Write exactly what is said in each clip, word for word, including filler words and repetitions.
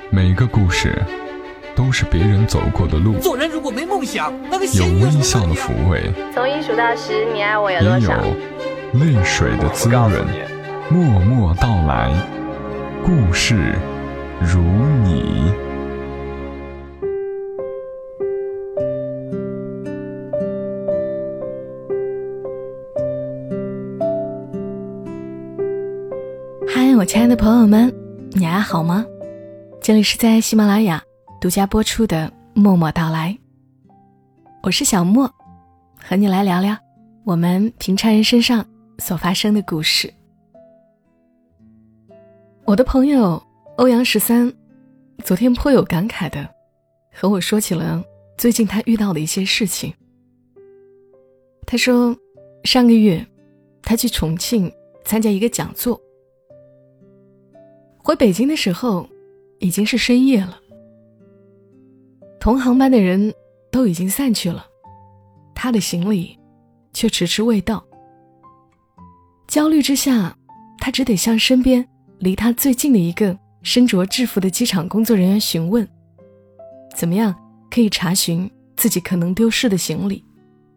每个故事都是别人走过的路， 做人如果没梦想，那个有微笑的抚慰， 从一数到十，你爱我有多少？ 也有泪水的滋润。默默到来，故事如你。 嗨，我亲爱的朋友们，你还好吗？这里是在喜马拉雅独家播出的默默到来，我是小莫，和你来聊聊我们平常人身上所发生的故事。我的朋友欧阳十三昨天颇有感慨的和我说起了最近他遇到的一些事情。他说上个月他去重庆参加一个讲座，回北京的时候已经是深夜了，同航班的人都已经散去了，他的行李却迟迟未到。焦虑之下，他只得向身边离他最近的一个身着制服的机场工作人员询问，怎么样可以查询自己可能丢失的行李。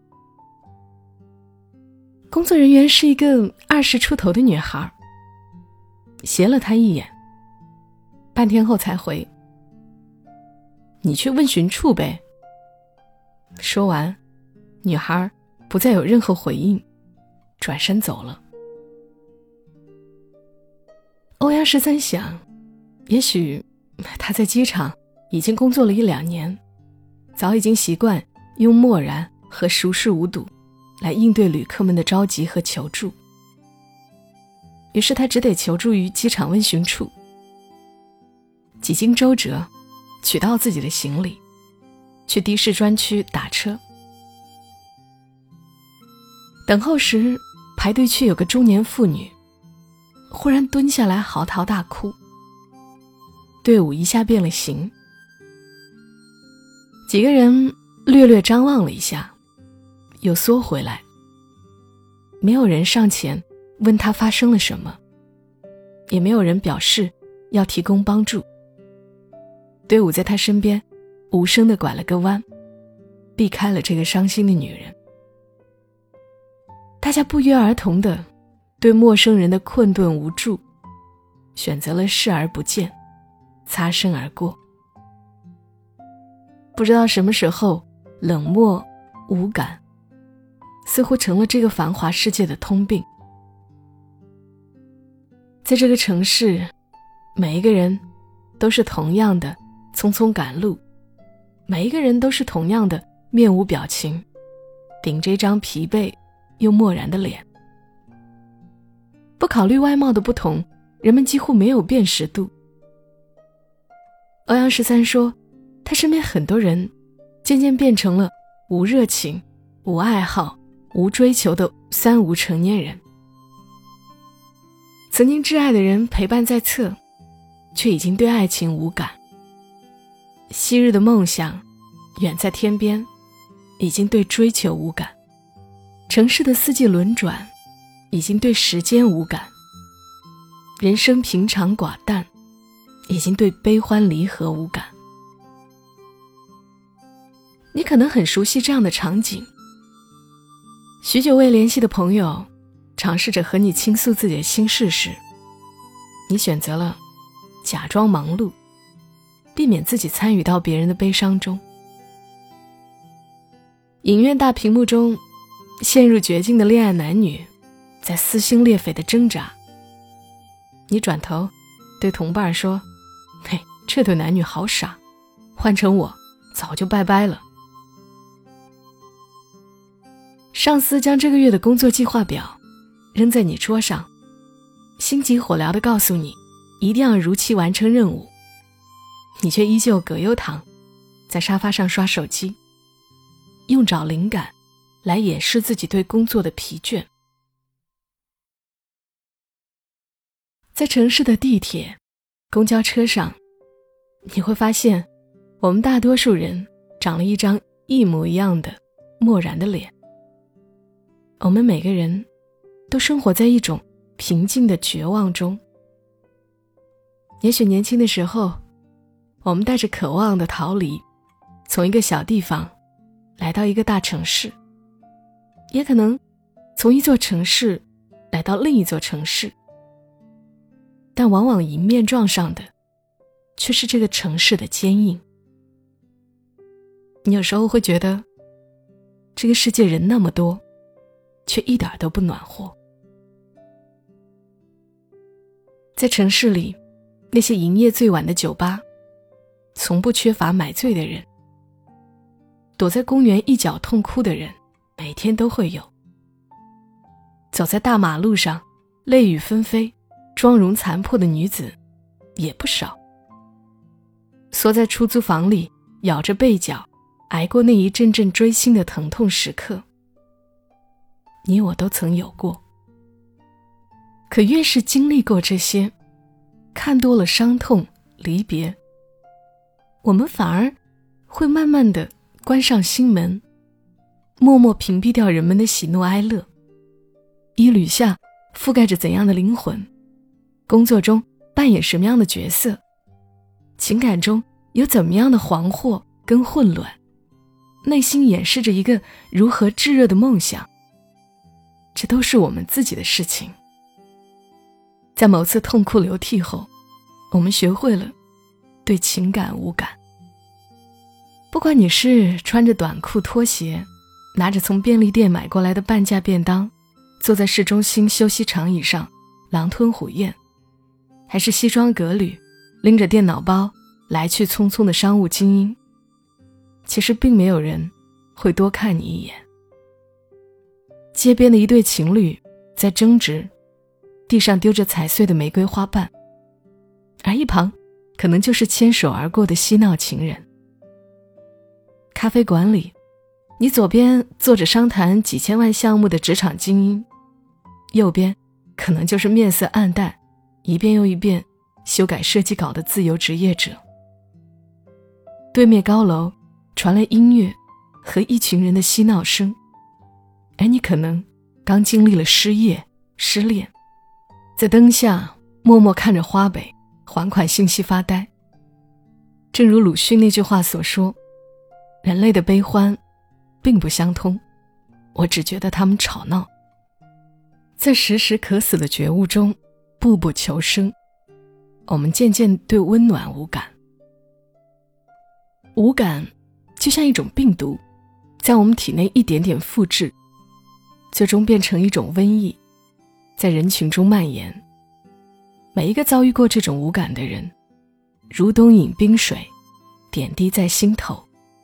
工作人员是一个二十出头的女孩，斜了他一眼，半天后才回：你去问询处呗。说完，女孩不再有任何回应，转身走了。欧阳十三想，也许他在机场已经工作了一两年，早已经习惯用漠然和熟视无睹来应对旅客们的着急和求助，于是他只得求助于机场问询处。几经周折，取到自己的行李，去的士专区打车。等候时，排队区有个中年妇女忽然蹲下来嚎啕大哭，队伍一下变了形。几个人略略张望了一下，又缩回来，没有人上前问他发生了什么，也没有人表示要提供帮助。队伍在他身边无声地拐了个弯，避开了这个伤心的女人。大家不约而同地对陌生人的困顿无助选择了视而不见，擦身而过。不知道什么时候，冷漠无感似乎成了这个繁华世界的通病。在这个城市，每一个人都是同样的匆匆赶路，每一个人都是同样的面无表情，顶着一张疲惫又漠然的脸。不考虑外貌的不同，人们几乎没有辨识度。欧阳十三说，他身边很多人渐渐变成了无热情、无爱好、无追求的三无成年人。曾经挚爱的人陪伴在侧，却已经对爱情无感。昔日的梦想远在天边，已经对追求无感。城市的四季轮转，已经对时间无感。人生平常寡淡，已经对悲欢离合无感。你可能很熟悉这样的场景，许久未联系的朋友尝试着和你倾诉自己的心事时，你选择了假装忙碌，避免自己参与到别人的悲伤中。影院大屏幕中，陷入绝境的恋爱男女在撕心裂肺的挣扎。你转头对同伴说，嘿，这对男女好傻，换成我早就拜拜了。上司将这个月的工作计划表扔在你桌上，心急火燎地告诉你一定要如期完成任务，你却依旧葛优躺在沙发上刷手机，用找灵感来掩饰自己对工作的疲倦。在城市的地铁、公交车上，你会发现我们大多数人长了一张一模一样的漠然的脸。我们每个人都生活在一种平静的绝望中。也许年轻的时候我们带着渴望的逃离，从一个小地方来到一个大城市，也可能从一座城市来到另一座城市，但往往迎面撞上的却是这个城市的坚硬。你有时候会觉得这个世界人那么多，却一点都不暖和。在城市里，那些营业最晚的酒吧从不缺乏买醉的人，躲在公园一角痛哭的人每天都会有，走在大马路上泪雨纷飞妆容残破的女子也不少，缩在出租房里咬着被角挨过那一阵阵锥心的疼痛时刻，你我都曾有过。可越是经历过这些，看多了伤痛离别，我们反而会慢慢地关上心门，默默屏蔽掉人们的喜怒哀乐。衣履下覆盖着怎样的灵魂，工作中扮演什么样的角色，情感中有怎么样的惶惑跟混乱，内心掩饰着一个如何炙热的梦想，这都是我们自己的事情。在某次痛哭流涕后，我们学会了对情感无感。不管你是穿着短裤拖鞋，拿着从便利店买过来的半价便当，坐在市中心休息长椅上狼吞虎咽，还是西装革履拎着电脑包来去匆匆的商务精英，其实并没有人会多看你一眼。街边的一对情侣在争执，地上丢着踩碎的玫瑰花瓣，而一旁可能就是牵手而过的嬉闹情人。咖啡馆里，你左边坐着商谈几千万项目的职场精英，右边可能就是面色暗淡一遍又一遍修改设计稿的自由职业者。对面高楼传来音乐和一群人的嬉闹声，而你可能刚经历了失业失恋，在灯下默默看着花呗还款信息发呆。正如鲁迅那句话所说，人类的悲欢并不相通，我只觉得他们吵闹。在时时可死的觉悟中步步求生，我们渐渐对温暖无感。无感就像一种病毒，在我们体内一点点复制，最终变成一种瘟疫，在人群中蔓延。每一个遭遇过这种无感的人，如冬饮冰水，点滴在心头。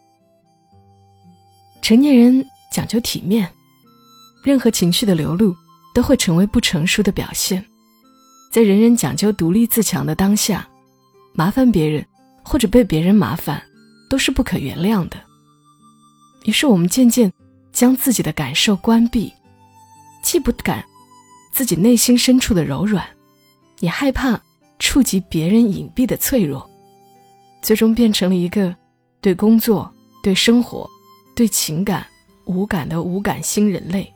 成年人讲究体面，任何情绪的流露都会成为不成熟的表现。在人人讲究独立自强的当下，麻烦别人或者被别人麻烦都是不可原谅的。于是我们渐渐将自己的感受关闭，既不敢自己内心深处的柔软，也害怕触及别人隐蔽的脆弱，最终变成了一个对工作、对生活、对情感无感的无感新人类。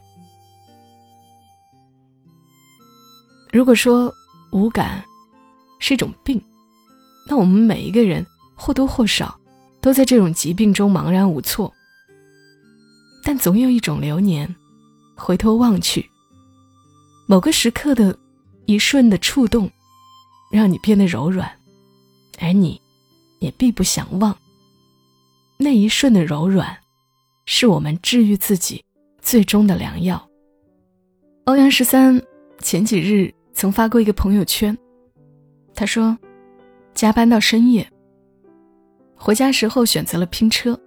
如果说无感是一种病，那我们每一个人或多或少都在这种疾病中茫然无措。但总有一种流年，回头望去，某个时刻的一瞬的触动，让你变得柔软，而你也必不想忘。那一瞬的柔软，是我们治愈自己最终的良药。欧阳十三前几日曾发过一个朋友圈，他说加班到深夜，回家时候选择了拼车。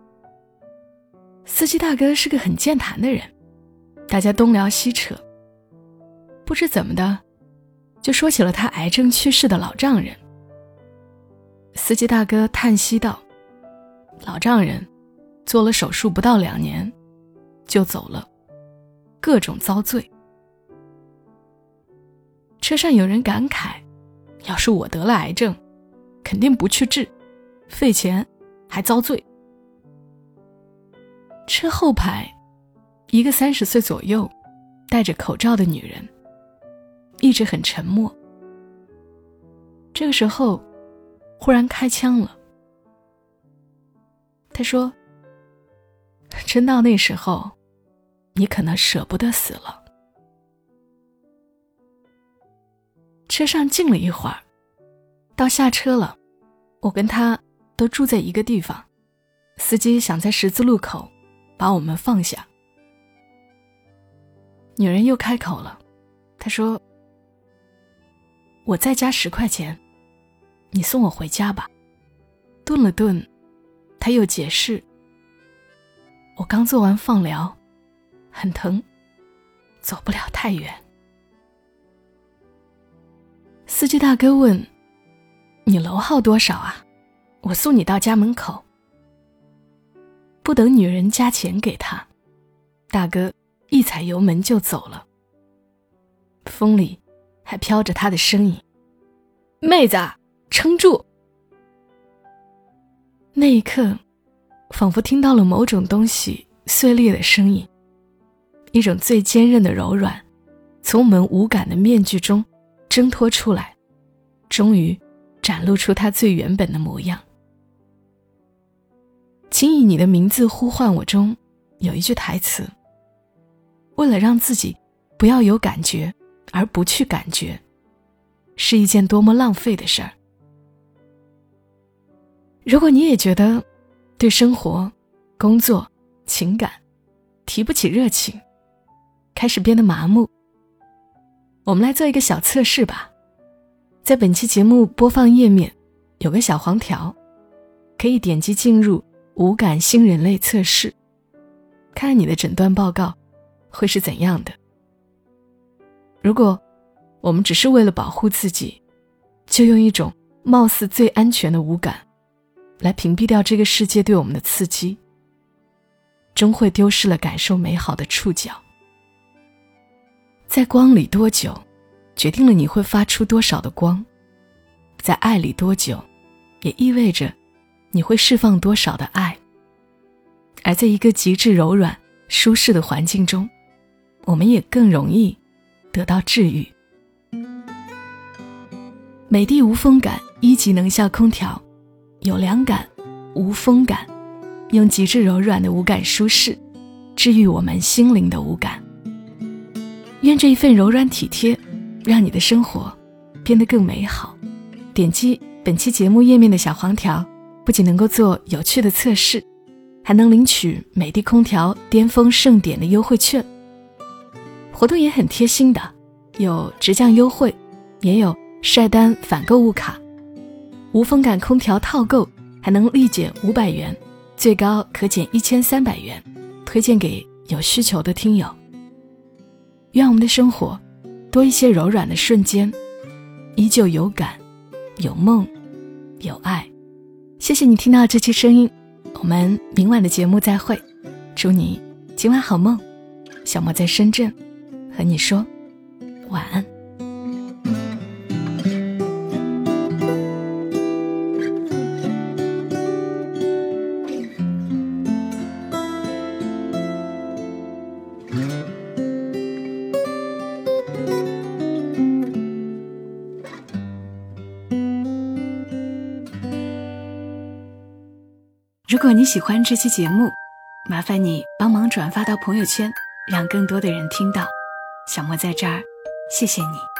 司机大哥是个很健谈的人，大家东聊西扯，不知怎么的就说起了他癌症去世的老丈人。司机大哥叹息道，老丈人做了手术不到两年就走了，各种遭罪。车上有人感慨，要是我得了癌症，肯定不去治，费钱还遭罪。车后排一个三十岁左右戴着口罩的女人一直很沉默。这个时候忽然开枪了。他说，真到那时候，你可能舍不得死了。车上静了一会儿，到下车了，我跟他都住在一个地方，司机想在十字路口把我们放下。女人又开口了，她说，我再加十块钱，你送我回家吧。顿了顿，她又解释，我刚做完放疗，很疼，走不了太远。司机大哥问，你楼号多少啊？我送你到家门口。不等女人加钱给他，大哥一踩油门就走了。风里还飘着他的身影，妹子，撑住！那一刻，仿佛听到了某种东西碎裂的声音，一种最坚韧的柔软，从我们无感的面具中挣脱出来，终于展露出它最原本的模样。请以你的名字呼唤我中有一句台词，为了让自己不要有感觉而不去感觉，是一件多么浪费的事儿。如果你也觉得对生活、工作、情感提不起热情，开始变得麻木，我们来做一个小测试吧。在本期节目播放页面有个小黄条，可以点击进入无感新人类测试，看看你的诊断报告会是怎样的。如果我们只是为了保护自己，就用一种貌似最安全的无感来屏蔽掉这个世界对我们的刺激，终会丢失了感受美好的触角。在光里多久，决定了你会发出多少的光；在爱里多久，也意味着你会释放多少的爱。而在一个极致柔软、舒适的环境中，我们也更容易得到治愈。美的无风感一级能效空调，有凉感、无风感，用极致柔软的无感舒适，治愈我们心灵的无感。愿这一份柔软体贴，让你的生活变得更美好。点击本期节目页面的小黄条，不仅能够做有趣的测试，还能领取美的空调巅峰盛典的优惠券。活动也很贴心的，有直降优惠，也有晒单返购物卡。无风感空调套购还能立减五百元，最高可减一千三百元，推荐给有需求的听友。愿我们的生活多一些柔软的瞬间，依旧有感、有梦、有爱。谢谢你听到这期声音，我们明晚的节目再会。祝你今晚好梦。小莫在深圳和你说晚安。如果你喜欢这期节目，麻烦你帮忙转发到朋友圈，让更多的人听到。小莫在这儿，谢谢你。